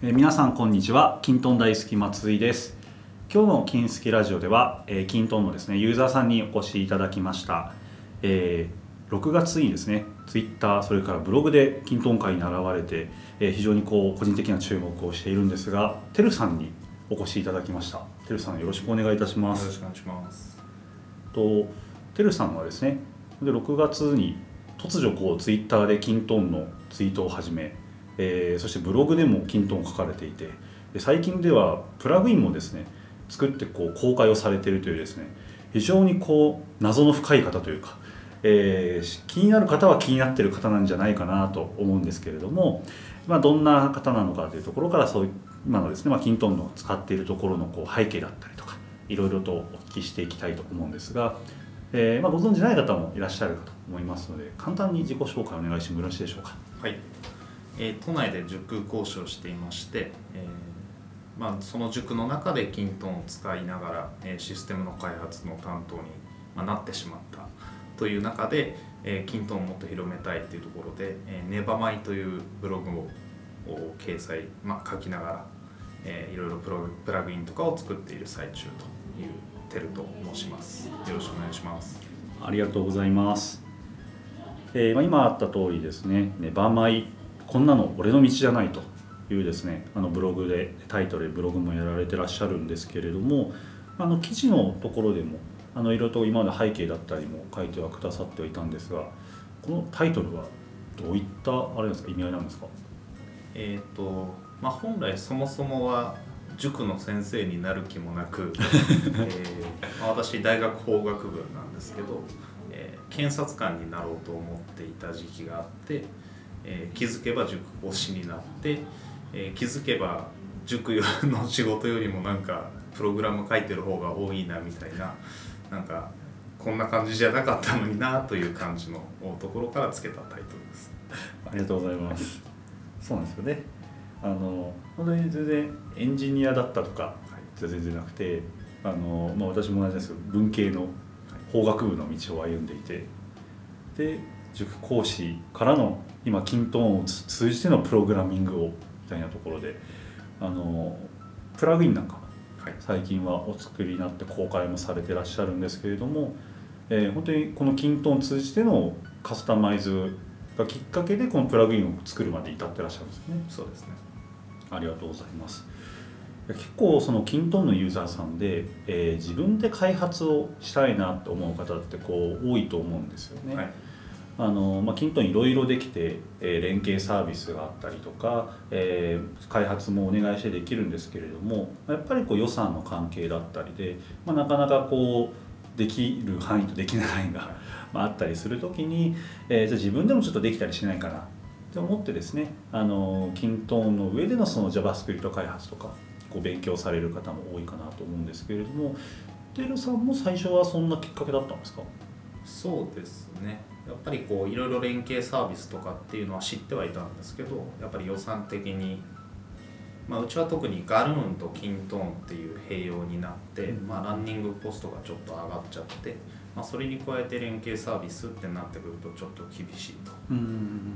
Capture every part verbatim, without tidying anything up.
えー、皆さんこんにちは。キントン大好き松井です。今日の金好きラジオでは、えー、キントンのですねユーザーさんにお越しいただきました。えー、ろくがつにですねツイッターそれからブログでキントン会に現れて、えー、非常にこう個人的な注目をしているんですが、てるさんにお越しいただきました。てるさん、よろしくお願いいたします。 よろしくお願いします。 とてるさんはですねでろくがつに突如こうツイッターでキントンのツイートを始め、えー、そしてブログでもキントンを書かれていて、で最近ではプラグインもですね作ってこう公開をされているというですね非常にこう謎の深い方というか、えー、気になる方は気になっている方なんじゃないかなと思うんですけれども、まあ、どんな方なのかというところからそういう今のですね、まあ、キントンの使っているところのこう背景だったりとかいろいろとお聞きしていきたいと思うんですが、えーまあ、ご存じない方もいらっしゃるかと思いますので、簡単に自己紹介お願いしてもよろしいでしょうか。 はい、えー、都内で塾講師をしていまして、えーまあ、その塾の中でキントンを使いながら、えー、システムの開発の担当に、まあ、なってしまったという中で、えー、キントンをもっと広めたいというところで、えー、ネバマイというブログを掲載、まあ、書きながら、えー、いろいろプロプラグインとかを作っている最中というてると申します。よろしくお願いします。 ありがとうございます。えーまあ、今あった通りですね、ネバマイ、こんなの俺の道じゃないというですね、あのブログでタイトルでブログもやられてらっしゃるんですけれども、あの記事のところでもあのいろいろと今まで背景だったりも書いてはくださってはいたんですが、このタイトルはどういったあれですか、意味合いなんですか？ えっとまあ、本来そもそもは塾の先生になる気もなく、えーまあ、私大学法学部なんですけど、えー、検察官になろうと思っていた時期があって、えー、気づけば塾講師になって、えー、気づけば塾の仕事よりもなんかプログラム書いてる方が多いなみたいな、なんかこんな感じじゃなかったのになという感じのところからつけたタイトルです。 ありがとうございます。そうなんですよね。あの本当に全然エンジニアだったとかじゃ全然なくて、あの、まあ、私も同じですけど文系の法学部の道を歩んでいて、で塾講師からの今キントンを通じてのプログラミングをみたいなところで、あのプラグインなんかも最近はお作りになって公開もされてらっしゃるんですけれども、えー、本当にこのキントンを通じてのカスタマイズがきっかけでこのプラグインを作るまで至ってらっしゃるんですよね。 そうですね。 ありがとうございます。結構そのキントンのユーザーさんで、えー、自分で開発をしたいなと思う方ってこう多いと思うんですよね。はい、あのまあ、キントンいろいろできて、えー、連携サービスがあったりとか、えー、開発もお願いしてできるんですけれども、やっぱりこう予算の関係だったりで、まあ、なかなかこうできる範囲とできない範囲が、まあ、あったりするときに、えー、じゃあ自分でもちょっとできたりしないかなと思ってですね、あのキントンの上でのその JavaScript 開発とかこう勉強される方も多いかなと思うんですけれども、てるさんも最初はそんなきっかけだったんですか？ そうですね。やっぱりこういろいろ連携サービスとかっていうのは知ってはいたんですけど、やっぱり予算的に、まあ、うちは特にガルーンとキントーンっていう併用になって、まあ、ランニングコストがちょっと上がっちゃって、まあ、それに加えて連携サービスってなってくるとちょっと厳しいと。うん、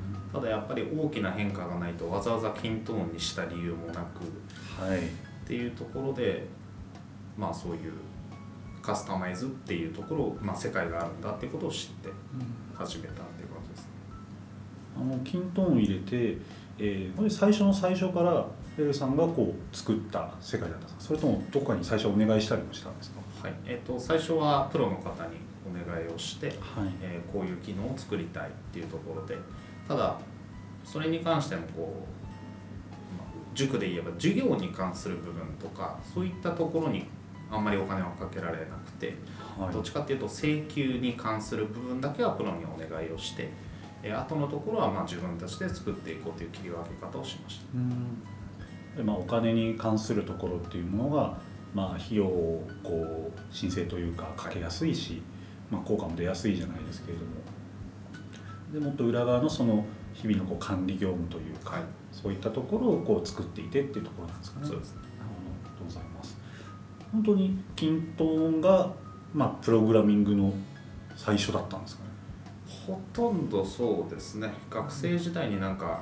ただやっぱり大きな変化がないとわざわざキントーンにした理由もなく、はい、っていうところで、まあ、そういうカスタマイズっていうところを、まあ、世界があるんだっていうことを知って始めたっていう感じですね。 あのキントーンを入れて、えー、最初の最初からてるさんがこう作った世界だったんですか？それともどこかに最初お願いしたりもしたんですか？ はい、えーと、最初はプロの方にお願いをして、はい、えー、こういう機能を作りたいっていうところで、ただそれに関してもこう、まあ、塾で言えば授業に関する部分とかそういったところにあんまりお金はかけられなくて、はい、どっちかっていうと請求に関する部分だけはプロにお願いをして、えー、後のところはまあ自分たちで作っていこうという切り分け方をしました。うん、 でまあ、お金に関するところっていうものが、まあ、費用をこう申請というかかけやすいし、はい、まあ、効果も出やすいじゃないですけれども、でもっと裏側のその日々のこう管理業務というか、はい、そういったところをこう作っていてっていうところなんですかね。 そうですね。 ありがとうございます。本当にキントーンが、まあ、プログラミングの最初だったんですかね。 ほとんどそうですね。学生時代になんか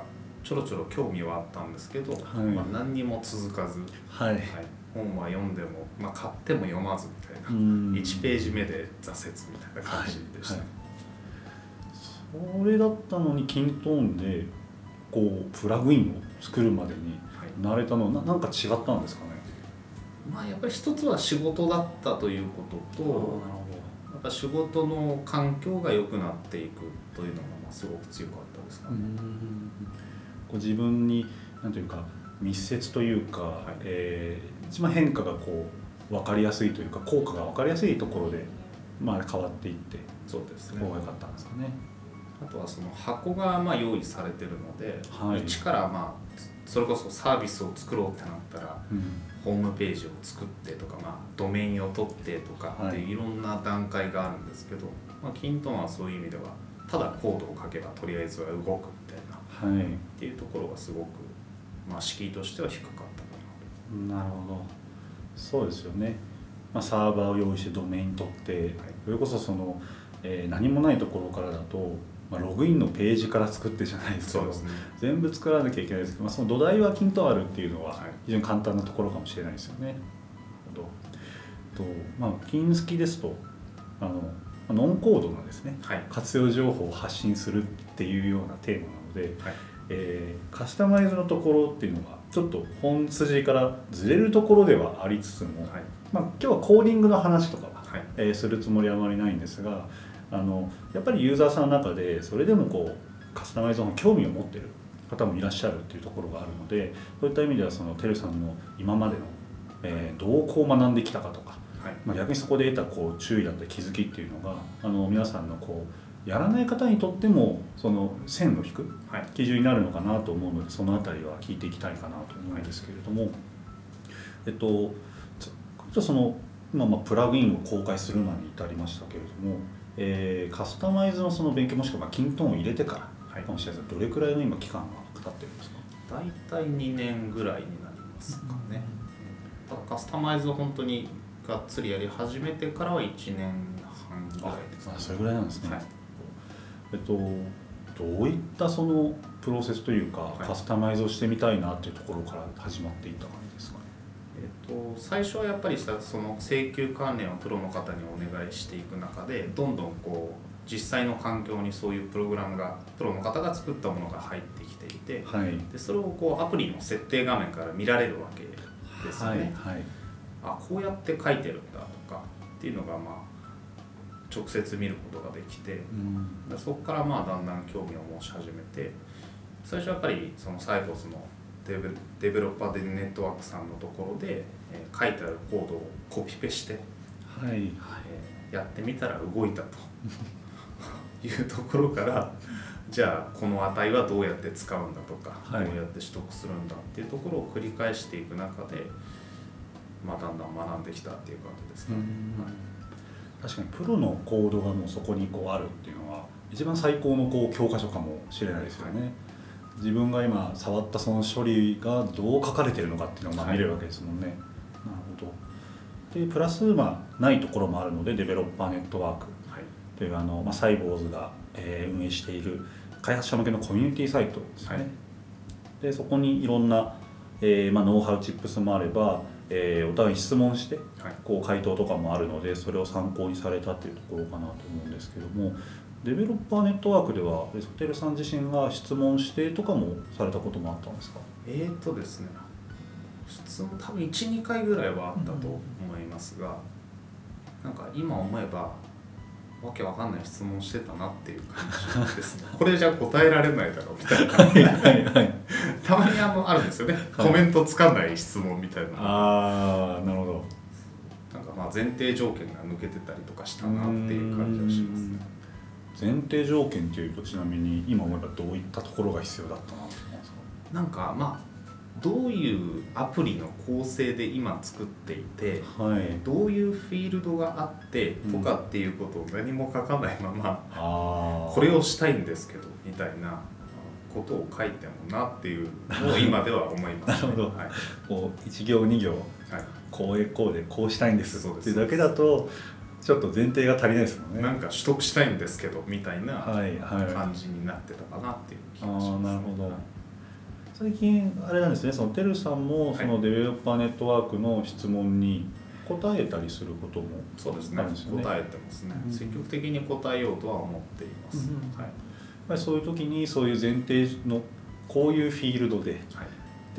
ちょろちょろ興味はあったんですけど、 はい、 まあ、何にも続かず、 はいはい、 本は読んでも、まあ、買っても読まずみたいな、いちページ目で挫折みたいな感じでした、はいはい、それだったのにキントーンでこうプラグインを作るまでになれたのは、はい、な, なんか違ったんですかね。 まあ、やっぱり一つは仕事だったということと、やっぱ仕事の環境が良くなっていくというのがまあすごく強かったですかね。 うんこう自分に何というか密接というか、はい、えー、一番変化がこう分かりやすいというか効果が分かりやすいところで、まあ、変わっていって、 そうですね、 そこが良かったんですかね。 あとはその箱がまあ用意されてるので、 はい、 一からまあそれこそサービスを作ろうってなったら、うん、ホームページを作ってとか、まあ、ドメインを取ってとかっていういろんな段階があるんですけど、まあ、キントーンはそういう意味ではただコードを書けばとりあえずは動くみたいな、はい、っていうところがすごく、まあ、敷居としては低かったかなと。なるほど、そうですよね、まあ、サーバーを用意してドメイン取って、はい、それこそその、えー、何もないところからだと、まあ、ログインのページから作ってじゃないですけど、そうですね、全部作らなきゃいけないですけど、まあ、その土台はキントーンあるっていうのは非常に簡単なところかもしれないですよね。はい、とまあ、キン好きですとあのノンコードのですね、はい、活用情報を発信するっていうようなテーマなので、はい、えー、カスタマイズのところっていうのがちょっと本筋からずれるところではありつつも、はい、まあ、今日はコーディングの話とかは、はい、えー、するつもりはあまりないんですが、あのやっぱりユーザーさんの中でそれでもこうカスタマイズの興味を持っている方もいらっしゃるっていうところがあるので、そういった意味ではそのてるさんの今までの、えー、どうこう学んできたかとか、はい、まあ、逆にそこで得たこう注意だったり気づきっていうのがあの皆さんのこうやらない方にとってもその線の引く基準になるのかなと思うので、そのあたりは聞いていきたいかなと思うんですけれども、はい、えっとちょっとその今まあプラグインを公開するのに至りましたけれども、えー、カスタマイズのその勉強もしくはキントーンを入れてから、はい、かもしれないですけど、どれくらいの今期間が経ってるんですか？ 大体にねんぐらいになりますかね。ただカスタマイズを本当にがっつりやり始めてからはいちねんはんぐらいですね。 あ、それぐらいなんですね。はい、えっとどういったそのプロセスというか、はい、カスタマイズをしてみたいなっていうところから始まっていった感じですかね。 えっと、最初はやっぱりさその請求関連をプロの方にお願いしていく中でどんどんこう実際の環境にそういうプログラムがプロの方が作ったものが入ってきていて、はい、でそれをこうアプリの設定画面から見られるわけですよね。はいはい、あ、こうやって書いてるんだとかっていうのがまあ直接見ることができて、うん、でそこからまあだんだん興味を持ち始めて、最初はやっぱりそのサイボーズのデベ, デベロッパーでネットワークさんのところで、えー、書いてあるコードをコピペして、はい、えー、やってみたら動いたというところからじゃあこの値はどうやって使うんだとか、はい、どうやって取得するんだっていうところを繰り返していく中で、まあ、だんだん学んできたっていう感じですね。はい、 確かにプロのコードがもうそこにこうあるっていうのは一番最高のこう教科書かもしれないですよね。はい、自分が今触ったその処理がどう書かれているのかっていうのをまあ見れるわけですもんね。はい、なるほど。でプラスまあないところもあるのでデベロッパーネットワークというあの、まあ、サイボーズが、えー、運営している開発者向けのコミュニティサイトですね。はい、でそこにいろんな、えーまあ、ノウハウチップスもあれば、えー、お互いに質問して、はい、こう回答とかもあるのでそれを参考にされたっていうところかなと思うんですけども、デベロッパーネットワークではてるさん自身が質問してとかもされたこともあったんですか？ えーとですね質問多分 いち,に 回ぐらいはあったと思いますが、うん、なんか今思えばわけわかんない質問してたなっていう感じですね。これじゃ答えられないだろうみたいなはいはい、はい、たまにあのあるんですよね、はい、コメントつかない質問みたいな。 ああ、なるほど。 なんかまあ前提条件が抜けてたりとかしたなっていう感じはしますね。 前提条件というとちなみに今思えばどういったところが必要だったなと思うんですか？ なんかまあどういうアプリの構成で今作っていて、はい、どういうフィールドがあってとかっていうことを何も書かないまま、うん、これをしたいんですけどみたいなことを書いてもなっていうのを今では思います、ね、 なるほど、はい、こういち行に行、はい、こうこうでこうしたいんですっていうだけだとちょっと前提が足りないですもんね。 なんか取得したいんですけどみたいな感じになってたかなっていう気がします、ね。 はいはい、あ、なるほど。 最近あれなんですね、そのてるさんもそのデベロッパーネットワークの質問に答えたりすることもそうですね、答えてますね、うん、積極的に答えようとは思っています、うん、はい、やっぱりそういう時にそういう前提のこういうフィールドで、はい、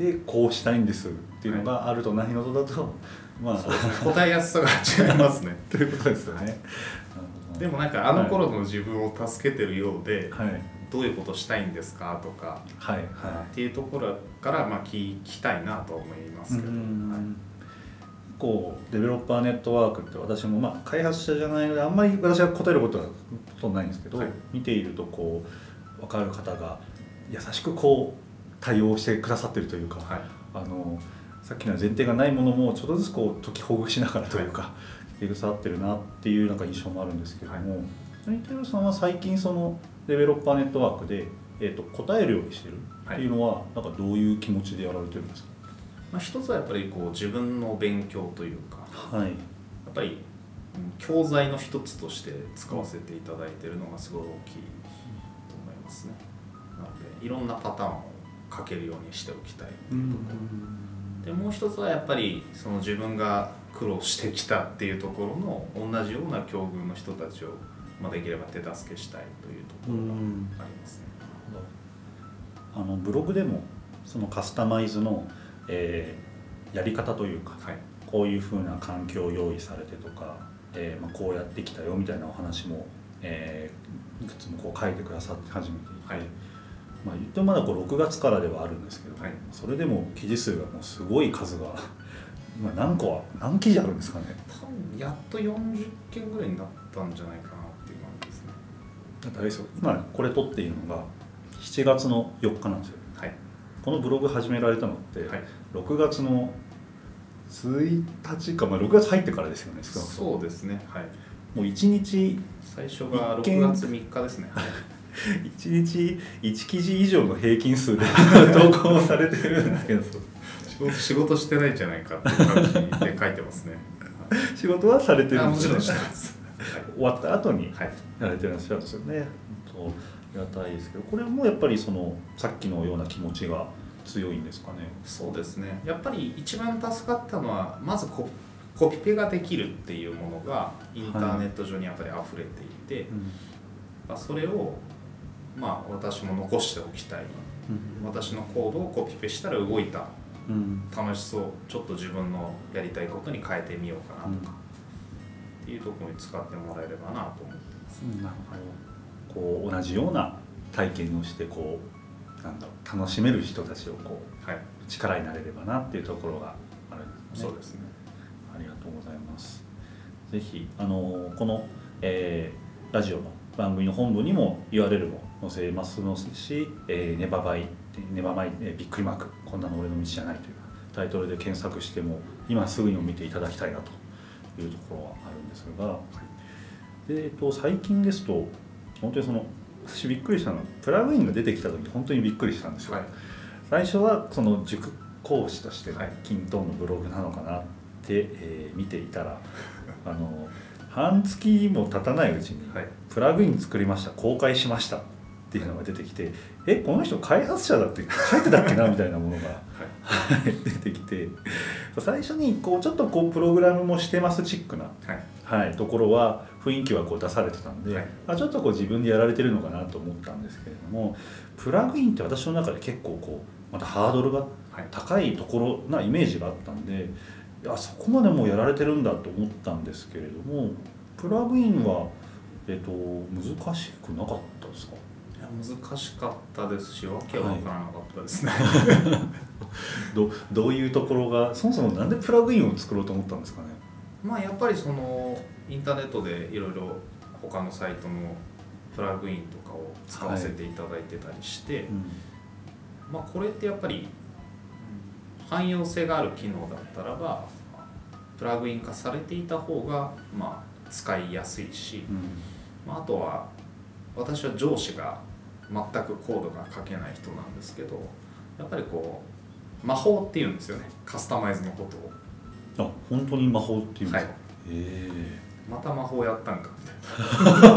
でこうしたいんですっていうのがあるとないのとだと、まあ、 そうですね、答えやすさが違いますねということですよね。 でもなんかあの頃の自分を助けてるようで、はい、どういうことしたいんですかとか、はいはい、っていうところからまあ聞きたいなと思いますけど、はい、 こうデベロッパーネットワークって私もまあ開発者じゃないのであんまり私は答えることはほとんどないんですけど、はい、見ているとこう分かる方が優しくこう対応してくださってるというか、はい、あのさっきの前提がないものもちょっとずつこう解きほぐしながらというか、はい、くださってるなっていうなんか印象もあるんですけども、はい、てるさんは最近そのデベロッパーネットワークで、えーと、答えるようにしてるっていうのは、はい、なんかどういう気持ちでやられてるんですか？ まあ、一つはやっぱりこう自分の勉強というか、はい、やっぱり教材の一つとして使わせていただいているのがすごい大きいと思いますね。なのでいろんなパターンを書けるようにしておきたいっていうところで、もう一つはやっぱりその自分が苦労してきたっていうところの同じような境遇の人たちを、まあ、できれば手助けしたいというところがありますね。 あのブログでもそのカスタマイズの、えー、やり方というか、はい、こういうふうな環境を用意されてとか、えーまあ、こうやってきたよみたいなお話も、えー、いくつもこう書いてくださって始めていて、はい、まあ、言ってもまだこうろくがつからではあるんですけど、はい、それでも記事数がもうすごい数が今何個は何記事あるんですかね。 多分やっとよんじゅっけんぐらいになったんじゃないかなっていう感じですね。 だってあれですよ、今これ撮っているのがしちがつのよっかなんですよ、はい、このブログ始められたのって、はい、ろくがつのついたちか、まあ、ろくがつ入ってからですよね。 そうですね、はい、 もういちにち最初がろくがつみっかですね、はい、 いちにちいち記事以上の平均数で投稿されてるんですけど仕事、仕事してないんじゃないかっていう感じで書いてますね。 仕事はされてるんですよね。 もちろんしてます、 はい、終わった後にやられてるんですよね。そうありがたいですけど、これもやっぱりそのさっきのような気持ちが強いんですかね。 そうですね、やっぱり一番助かったのはまず コ, コピペができるっていうものがインターネット上にやっぱり溢れていて、はい、それをまあ私も残しておきたい、うん、私のコードをコピペしたら動いた、うん、楽しそう、ちょっと自分のやりたいことに変えてみようかなとか、うん、っていうところに使ってもらえればなと思ってます、うん、なるほど。 こう同じような体験をしてこうなんだろう楽しめる人たちをこう、はい、力になれればなっていうところがあるんですね。 そうですね。 ありがとうございます。ぜひあのこの、えー、ラジオの番組の本文にも ユーアールエル も載せますのし、えー、ネババイネバマイ、えー、びっくりマークこんなの俺の道じゃないというタイトルで検索しても今すぐにも見ていただきたいなというところはあるんですが、はい、でえっと、最近ですと本当にその私びっくりしたのはプラグインが出てきた時本当にびっくりしたんですよ、はい、最初はその塾講師としてキントーンのブログなのかなって、えー、見ていたらあの半月も経たないうちにプラグイン作りました公開しましたっていうのが出てきて、えこの人開発者だって書いてたっけなみたいなものが、はい、出てきて、最初にこうちょっとこうプログラムもしてますチックな、はいはい、ところは雰囲気はこう出されてたんで、はい、あちょっとこう自分でやられてるのかなと思ったんですけれども、プラグインって私の中で結構こうまたハードルが高いところなイメージがあったんで、いやそこまでもうやられてるんだと思ったんですけれども、プラグインは、えっと、難しくなかったですか？ いや難しかったですし、わけは分からなかったですね、 はい、ど, どういうところが、そもそもなんでプラグインを作ろうと思ったんですかね？ まあやっぱりそのインターネットでいろいろ他のサイトのプラグインとかを使わせていただいてたりして、はい、うん、まあこれってやっぱり汎用性がある機能だったらばプラグイン化されていた方がまあ使いやすいし、うん、まあ、あとは私は上司が全くコードが書けない人なんですけど、やっぱりこう魔法っていうんですよね、カスタマイズのことを。 あ、本当に魔法っていうんですか？はい、 へまた魔法やったんかみたい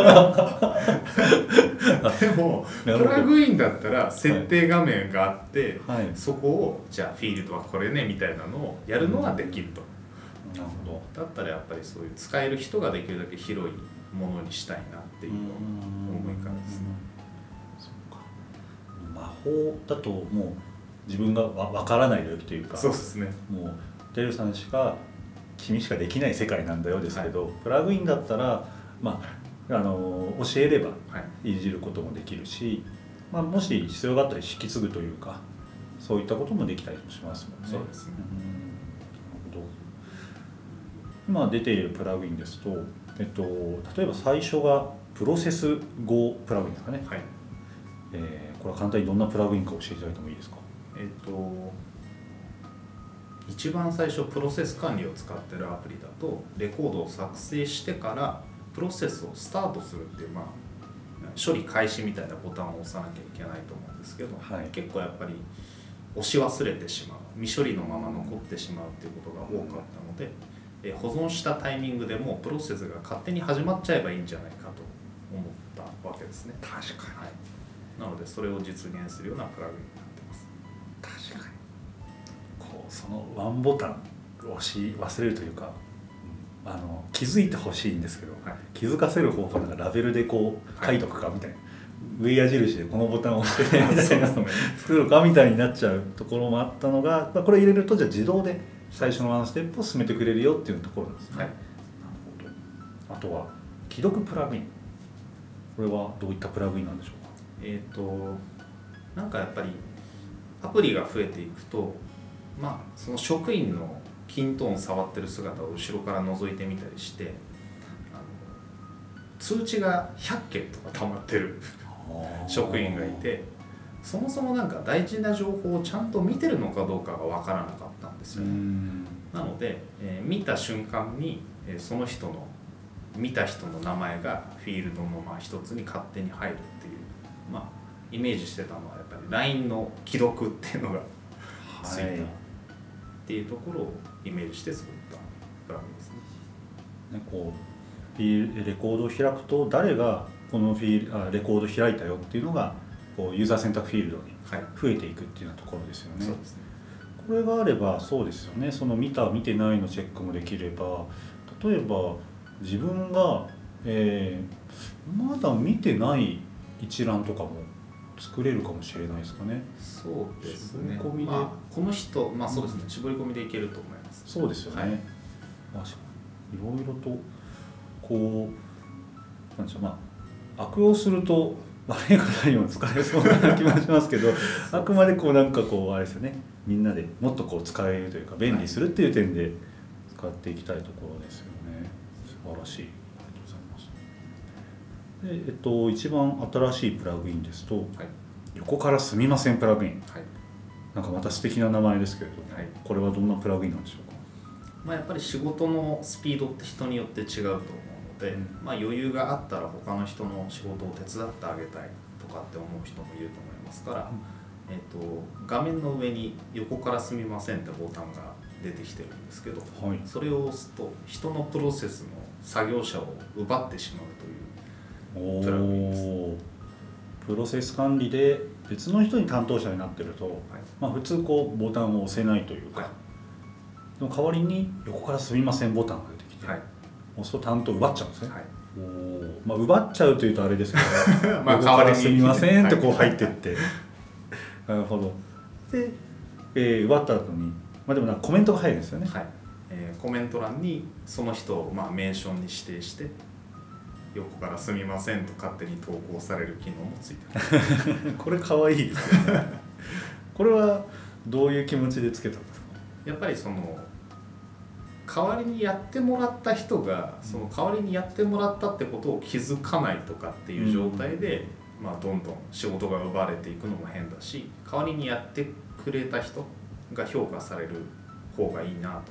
なでもプラグインだったら設定画面があって、はい、そこをじゃあフィールドはこれねみたいなのをやるのはできると、 うん、なるほど。 だったらやっぱりそういう使える人ができるだけ広いものにしたいなっていう思いからですね。 そうか、魔法だともう自分がわからない領域というか、 そうですね、 もうテルさんしか君しかできない世界なんだよですけど、はい、プラグインだったら、まあ、あの教えればいじることもできるし、まあ、もし必要があったら引き継ぐというかそういったこともできたりもしますもんね。 そうですね、うん、なるほど。今出ているプラグインですと、えっと、例えば最初がプロセス Go プラグインですかね、はい、えー、これは簡単にどんなプラグインか教えていただいてもいいですか。 えっと一番最初プロセス管理を使ってるアプリだとレコードを作成してからプロセスをスタートするっていう、まあ、処理開始みたいなボタンを押さなきゃいけないと思うんですけど、はい、結構やっぱり押し忘れてしまう、未処理のまま残ってしまうっていうことが多かったので、え保存したタイミングでもうプロセスが勝手に始まっちゃえばいいんじゃないかと思ったわけですね。 確かに、はい、 なのでそれを実現するようなプラグインになってます。 確かにこうそのワンボタン押し忘れるというか、あの気づいてほしいんですけど、はい、気づかせる方法なんかラベルでこう書いとくかみたいな、はい、上矢印でこのボタンを押してねみたいなのを作るかみたいになっちゃうところもあったのが、まあ、これ入れるとじゃあ自動で最初のワンステップを進めてくれるよっていうところなんですね。はい、なるほど。あとは既読プラグイン、これはどういったプラグインなんでしょうか。 えっとなんかやっぱりアプリが増えていくと、まあその職員のキントーン触ってる姿を後ろから覗いてみたりして、あの通知がひゃっけんとか溜まってる職員がいて、そもそもなんか大事な情報をちゃんと見てるのかどうかが分からなかったんですよね。なので、えー、見た瞬間に、えー、その人の見た人の名前がフィールドのまあ一つに勝手に入るっていう、まあ、イメージしてたのはやっぱり ライン の既読っていうのがついた、はい、っていうところをイメージして作ったプラグインですね。 ね、こうレコードを開くと誰がこのフィーあレコード開いたよっていうのがこうユーザー選択フィールドに増えていくっていうようなところですよね。はい、そうですね。これがあればそうですよね。その見た見てないのチェックもできれば、例えば自分が、えー、まだ見てない一覧とかも作れるかもしれないですかね。 そうですね。 絞り込みで、 まあ、この人、まあそうですね、絞り込みでいけると思います。 そうですよね。はい、いろいろとこうなんでしょう、まあ悪用すると悪い方にも使えそうな気もしますけどあくまでこうなんかこうあれですよね、みんなでもっとこう使えるというか便利するっていう点で使っていきたいところですよね。素晴らしい。ありがとうございます。で、えっと、一番新しいプラグインですと、はい、横からすみませんプラグイン、はい、なんかまた素敵な名前ですけれども、はい、これはどんなプラグインなんでしょうか。 まあ、やっぱり仕事のスピードって人によって違うと思うので、うん、まあ、余裕があったら他の人の仕事を手伝ってあげたいとかって思う人もいると思いますから、うん、えーと、画面の上に横からすみませんってボタンが出てきてるんですけど、はい、それを押すと人のプロセスの作業者を奪ってしまうというプラグインです。 プロセス管理で別の人に担当者になってると、はい、まあ、普通こうボタンを押せないというか、はい、その代わりに横からすみませんボタンが出てきて、はい、押すと担当奪っちゃうんですね。はい、お、まあ、奪っちゃうというとあれですけどまあ代わりにすみませんってこう入ってってなるほど。で、えー、奪った後に、まあ、でもなんかコメントが入るんですよね。はい、 えー、コメント欄にその人をまあメンションに指定して横からすみませんと勝手に投稿される機能もついてるこれかわいいですよねこれはどういう気持ちでつけたんですか。 やっぱりその代わりにやってもらった人がその代わりにやってもらったってことを気づかないとかっていう状態で、うん、まあ、どんどん仕事が奪われていくのも変だし、代わりにやってくれた人が評価される方がいいなと思って、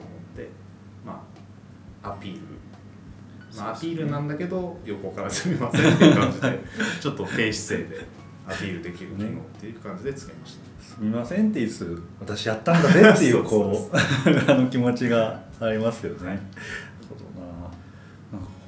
まあ、アピール、まあ、アピールなんだけど横からすみませんっていう感じでちょっと低姿勢でアピールできる機能っていう感じでつけました。 すみませんって言いつつ私やったんだぜっていうこうあの気持ちがありますよね。なるほどな。なんか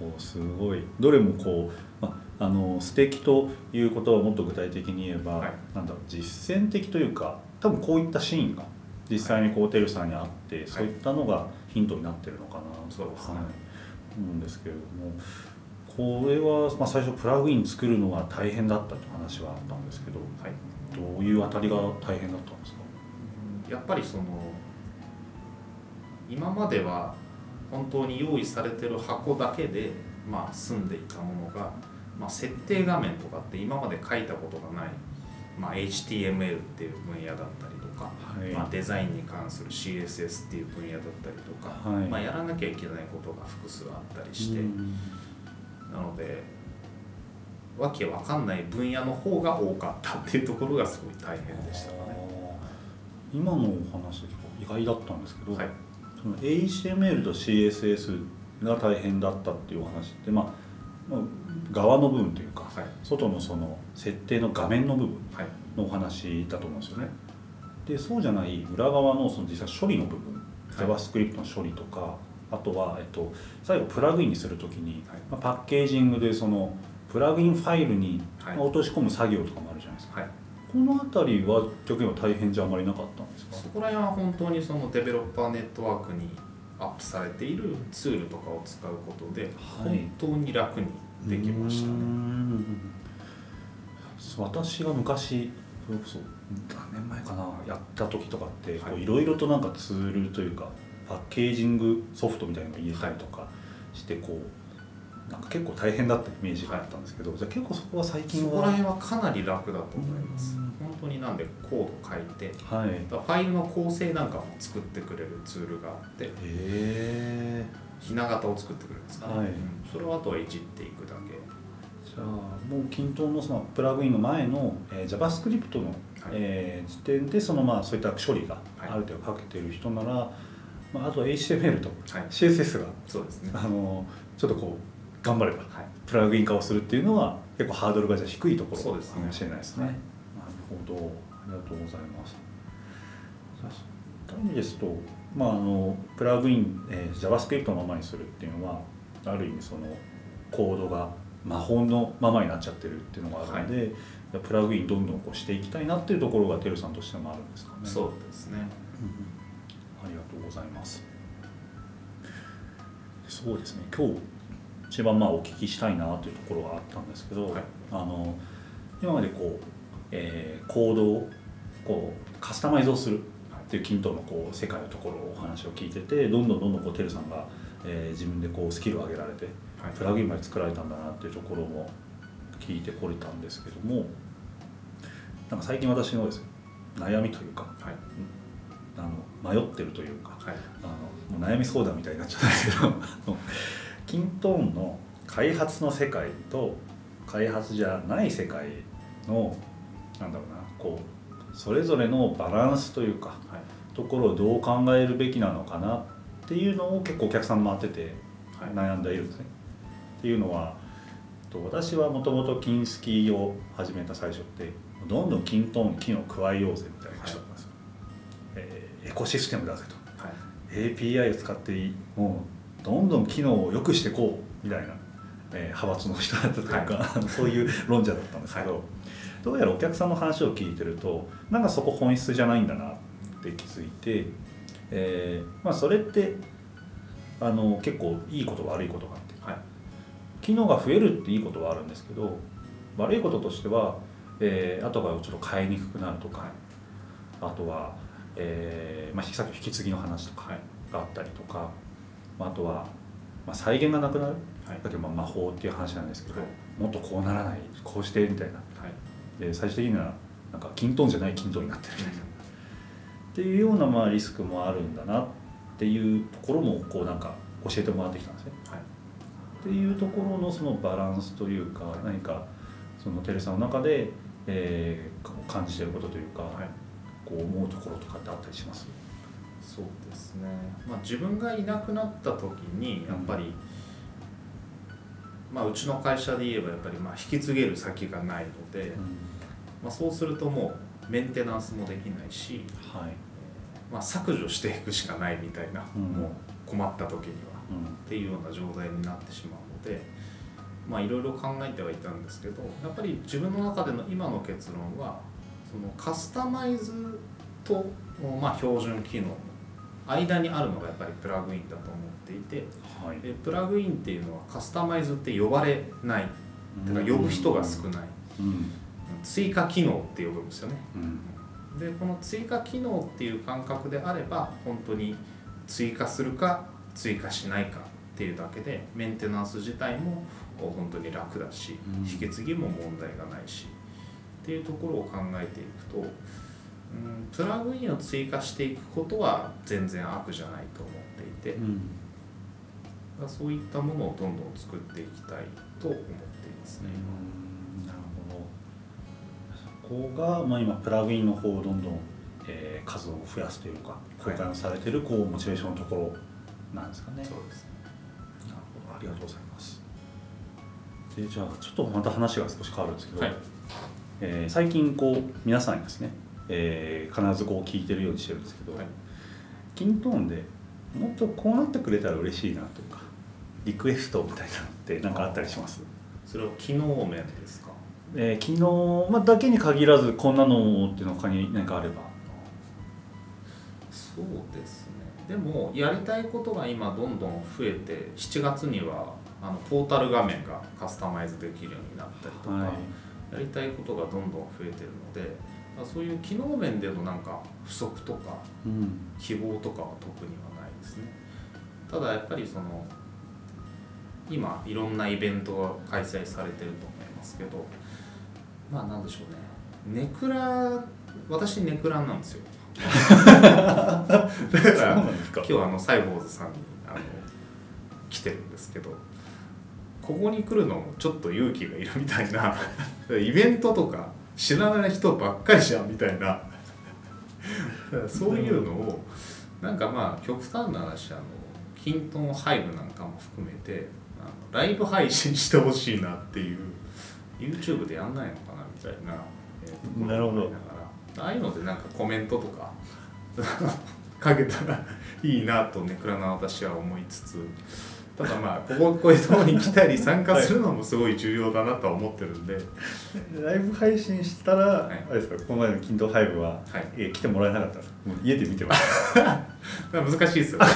こうすごいどれもこう、まあ、あの素敵ということはもっと具体的に言えば、はい、なんだろう実践的というか多分こういったシーンが実際にこうてるさんにあって、はい、そういったのがヒントになってるのかなと、はい、思うんですけれども、これは、まあ、最初プラグイン作るのは大変だったという話はあったんですけど、はい、どういうあたりが大変だったんですか？ やっぱりその今までは本当に用意されてる箱だけで、まあ、済んでいたものが、まあ、設定画面とかって今まで書いたことがない、まあ、エイチティーエムエル っていう分野だったりとか、はい、まあ、デザインに関する シーエスエス っていう分野だったりとか、はい、まあ、やらなきゃいけないことが複数あったりして、なのでわけわかんない分野の方が多かったっていうところがすごい大変でしたかね。 今のお話意外だったんですけど、はい、その エイチティーエムエル と シーエスエス が大変だったっていうお話って、まあ、側の部分というか、はい、外のその設定の画面の部分のお話だと思うんですよね。はい、でそうじゃない裏側のその実際処理の部分、はい、JavaScript の処理とか、あとは、えっと、最後プラグインにするときに、はい、まあ、パッケージングでそのプラグインファイルに落とし込む作業とかもあるじゃないですか。はい、この辺りは逆には大変じゃあまりなかったんですか？ そこら辺は本当にそのデベロッパーネットワークにアップされているツールとかを使うことで本当に楽にできましたね。 はい、私が昔それこそ何年前かなやった時とかっていろいろとなんかツールというかパッケージングソフトみたいなのを入れたりとかしてこうなんか結構大変だったイメージがあったんですけど、はい、じゃあ結構そこは最近はそこら辺はかなり楽だと思います。本当になんでコード書いて、はい、ファイルの構成なんかも作ってくれるツールがあって、へー、ひな型を作ってくれるんですかね。はい、うん、それをあとはいじっていくだけ。 じゃあもう均等のそのプラグインの前の、えー、JavaScript の、はい、えー、時点でそのまあそういった処理がある程度かけている人なら、はい、まあ、あとは エイチティーエムエル と シーエスエス が、はい、そうですね、あのちょっとこう頑張れば、はい、プラグイン化をするっていうのは結構ハードルがじゃ低いところかもしれないですね。なるほど、ありがとうございます。そういう意味ですと、まあ、あのプラグイン、えー、JavaScript のままにするっていうのはある意味そのコードが魔法のままになっちゃってるっていうのがあるので、はい、プラグインどんどんこうしていきたいなっていうところがてるさんとしてもあるんですかね。 そうですね、うん、 ありがとうございます。そうですね、今日一番まあお聞きしたいなというところがあったんですけど、はい、あの今までこう、えー、コードをこうカスタマイズをするっていう均等のこう世界のところをお話を聞いてて、どんどんどんどんこうてるさんが、えー、自分でこうスキルを上げられて、はい、プラグインまで作られたんだなっていうところも聞いてこれたんですけども、なんか最近私のですね悩みというか、はい、あの迷ってるというか、はい、あのもう悩み相談みたいになっちゃうんですけどキントーンの開発の世界と開発じゃない世界のなんだろうなこうそれぞれのバランスというか、はい、ところをどう考えるべきなのかなっていうのを結構お客さん回ってて悩んでいるんですね。はい、っていうのは私はもともと金スキを始めた最初ってどんどんキントーン機能加えようぜみたいな人だったんですよ。はい、えー、エコシステムだぜと、はい、エーピーアイ を使ってもうどんどん機能を良くしていこうみたいな、えー、派閥の人だったというか、はい、そういう論者だったんですけど、はい、どうやらお客さんの話を聞いてるとなんかそこ本質じゃないんだなって気づいて、えーまあ、それってあの結構いいこと悪いことがあって、はい、機能が増えるっていいことはあるんですけど、悪いこととしては、えー、後がちょっと変えにくくなるとか、はい、あとは、えーまあ、さっき引き継ぎの話とかがあったりとか、あとは、まあ、再現がなくなる、はい、だけどまあ魔法っていう話なんですけど、はい、もっとこうならないこうしてみたいな、はい、で最終的にはなんかキントーンじゃないキントーンになってるみたいな、うん、っていうようなまあリスクもあるんだなっていうところもこうなんか教えてもらってきたんですね。はい、っていうところのそのバランスというか、何かそのテレさんの中で、えー、感じていることというか、はい、こう思うところとかってあったりします？ そうですね、まあ、自分がいなくなった時にやっぱり、うん、まあ、うちの会社で言えばやっぱりまあ引き継げる先がないので、うん、まあ、そうするともうメンテナンスもできないし、はい、まあ、削除していくしかないみたいな、うん、もう困った時には、うん、っていうような状態になってしまうので、まあいろいろ考えてはいたんですけど、やっぱり自分の中での今の結論はそのカスタマイズと、まあ、標準機能の間にあるのがやっぱりプラグインだと思っていて、はい、でプラグインっていうのはカスタマイズって呼ばれない、だから呼ぶ人が少ない、うん、追加機能って呼ぶんですよね、うん、でこの追加機能っていう感覚であれば本当に追加するか追加しないかっていうだけでメンテナンス自体も本当に楽だし、うん、引き継ぎも問題がないしっていうところを考えていくと、うん、プラグインを追加していくことは全然悪じゃないと思っていて、うん、そういったものをどんどん作っていきたいと思っていますね。 うん、なるほど。そこが、まあ、今プラグインの方をどんどん、えー、数を増やすというか公開をされているこうモチベーションのところなんですかね。 そうですね。 なるほど、ありがとうございます。でじゃあちょっとまた話が少し変わるんですけど、はい、えー、最近こう皆さんにですね、えー、必ずこう聞いてるようにしてるんですけど、はい、キントーンでもっとこうなってくれたら嬉しいなとかリクエストみたいなのって何かあったりします？ それは機能面ですか？ えー、機能、まあ、だけに限らずこんなのっていうの他に何かあれば。 そうですね。でもやりたいことが今どんどん増えてしちがつにはあのポータル画面がカスタマイズできるようになったりとか、はい、やりたいことがどんどん増えてるので、そういう機能面でのなんか不足とか、うん、希望とかは特にはないですね。ただやっぱりその今いろんなイベントが開催されてると思いますけど、まあなんでしょうね、ネクラ、私ネクラなんですよ。だから今日あのサイボーズさんにあの来てるんですけど、ここに来るのもちょっと勇気がいるみたいなイベントとか知らない人ばっかりじゃんみたいなそういうのをなんかまあ極端な話、あのキントンハイブなんかも含めてあのライブ配信してほしいなっていう、 YouTube でやんないのかなみたいな、 えー、なるほど。 ああいうのでなんかコメントとかかけたらいいなとネクラな私は思いつつ、ただまあこここういうところに来たり参加するのもすごい重要だなとは思ってるんで、はい、 ライブ配信したら、はい、あれですか、この前のキントンハイブは、はい、え来てもらえなかったんですか？もう家で見てました難しいですよね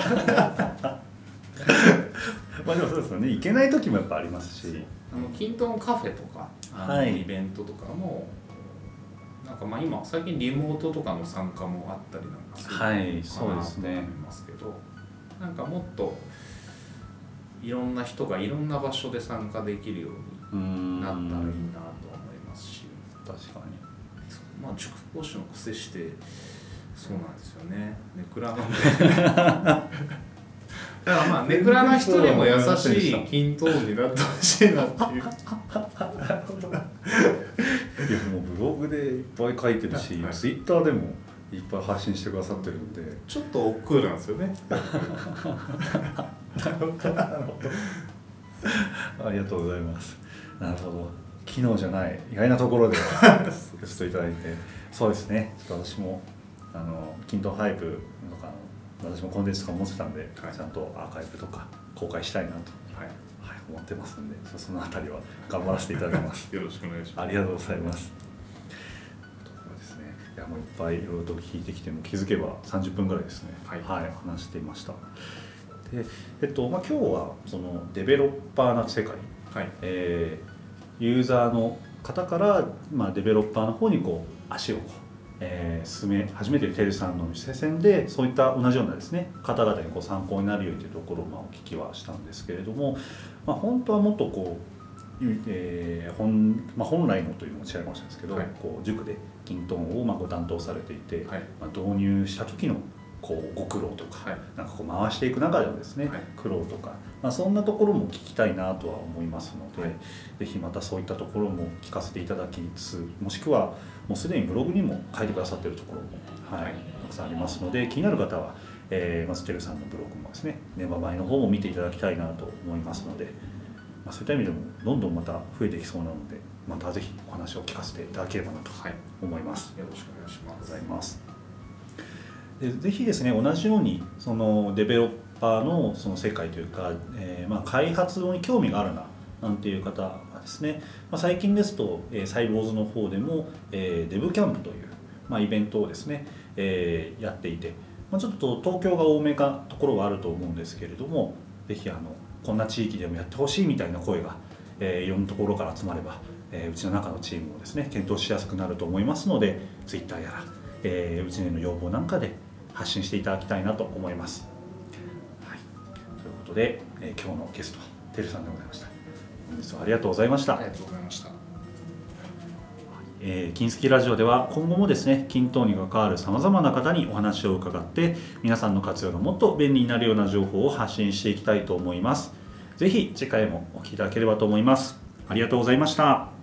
まあでもそうですよね、行けない時もやっぱありますし、 あのキントンカフェとかはい、イベントとかもなんかまあ今最近リモートとかの参加もあったりなんかするかなと思いますけど、なんかもっといろんな人がいろんな場所で参加できるようになったらいいなと思いますし、 確かに、 まあ塾講師の癖してそうなんですよね、ネクラなんでだからまあネクラな人にも優しいキントーンになってほしいなっていういやもうブログでいっぱい書いてるし、はい、ツイッターでもいっぱい発信してくださってるんで、 ちょっと億劫なんですよねありがとうございます。なるほど、機能じゃない意外なところでゲストいただいて、そうですね、ちょっと私もあのキントンハイブとか私もコンテンツとか持ってたんで、はい、ちゃんとアーカイブとか公開したいなと、はいはい、思ってますんで、そのあたりは頑張らせていただきますよろしくお願いします。 ありがとうございます。ところですね、いやもういっぱいいろいろと聞いてきても気づけばさんじゅっぷんぐらいですね、はい、はい、話していました。で、えっとまあ、今日はそのデベロッパーな世界、はい、えー、ユーザーの方から、まあ、デベロッパーの方にこう足をこうえー、進め始めているテルさんの視線でそういった同じようなですね方々にこう参考になるようにというところをまあお聞きはしたんですけれども、まあ、本当はもっとこう、えー本まあ、本来のというのも違いかもしれないですけど、はい、こう塾でキントンをまあご担当されていて、はい、まあ、導入した時のこうご苦労とか、はい、なんかこう回していく中でのですね、はい、苦労とか、まあ、そんなところも聞きたいなとは思いますので、はい、ぜひまたそういったところも聞かせていただきつつ、もしくはもうすでにブログにも書いてくださっているところも、はい、たくさんありますので、気になる方は、えー、まずテルさんのブログもですね、ネババイの方も見ていただきたいなと思いますので、まあ、そういった意味でもどんどんまた増えていきそうなので、またぜひお話を聞かせていただければなと思います。 はい、よろしくお願いします。 ございます。でぜひですね、同じようにそのデベロッパーのその世界というか、えーまあ、開発に興味があるななんていう方がですね、まあ、最近ですと、えー、サイボーズの方でも、えー、デブキャンプという、まあ、イベントをですね、えー、やっていて、まあ、ちょっと東京が多めなところはあると思うんですけれども、ぜひあのこんな地域でもやってほしいみたいな声が、えー、いろんなところから集まれば、えー、うちの中のチームをですね検討しやすくなると思いますので、ツイッターやら、えー、うちへの要望なんかで発信していただきたいなと思います。はい、ということで、えー、今日のゲストはてるさんでございました。本日はありがとうございました。 ありがとうございました。 えー、金スキラジオでは今後もですね、均等に関わるさまざまな方にお話を伺って、皆さんの活用がもっと便利になるような情報を発信していきたいと思います。ぜひ次回もお聞きいただければと思います。ありがとうございました。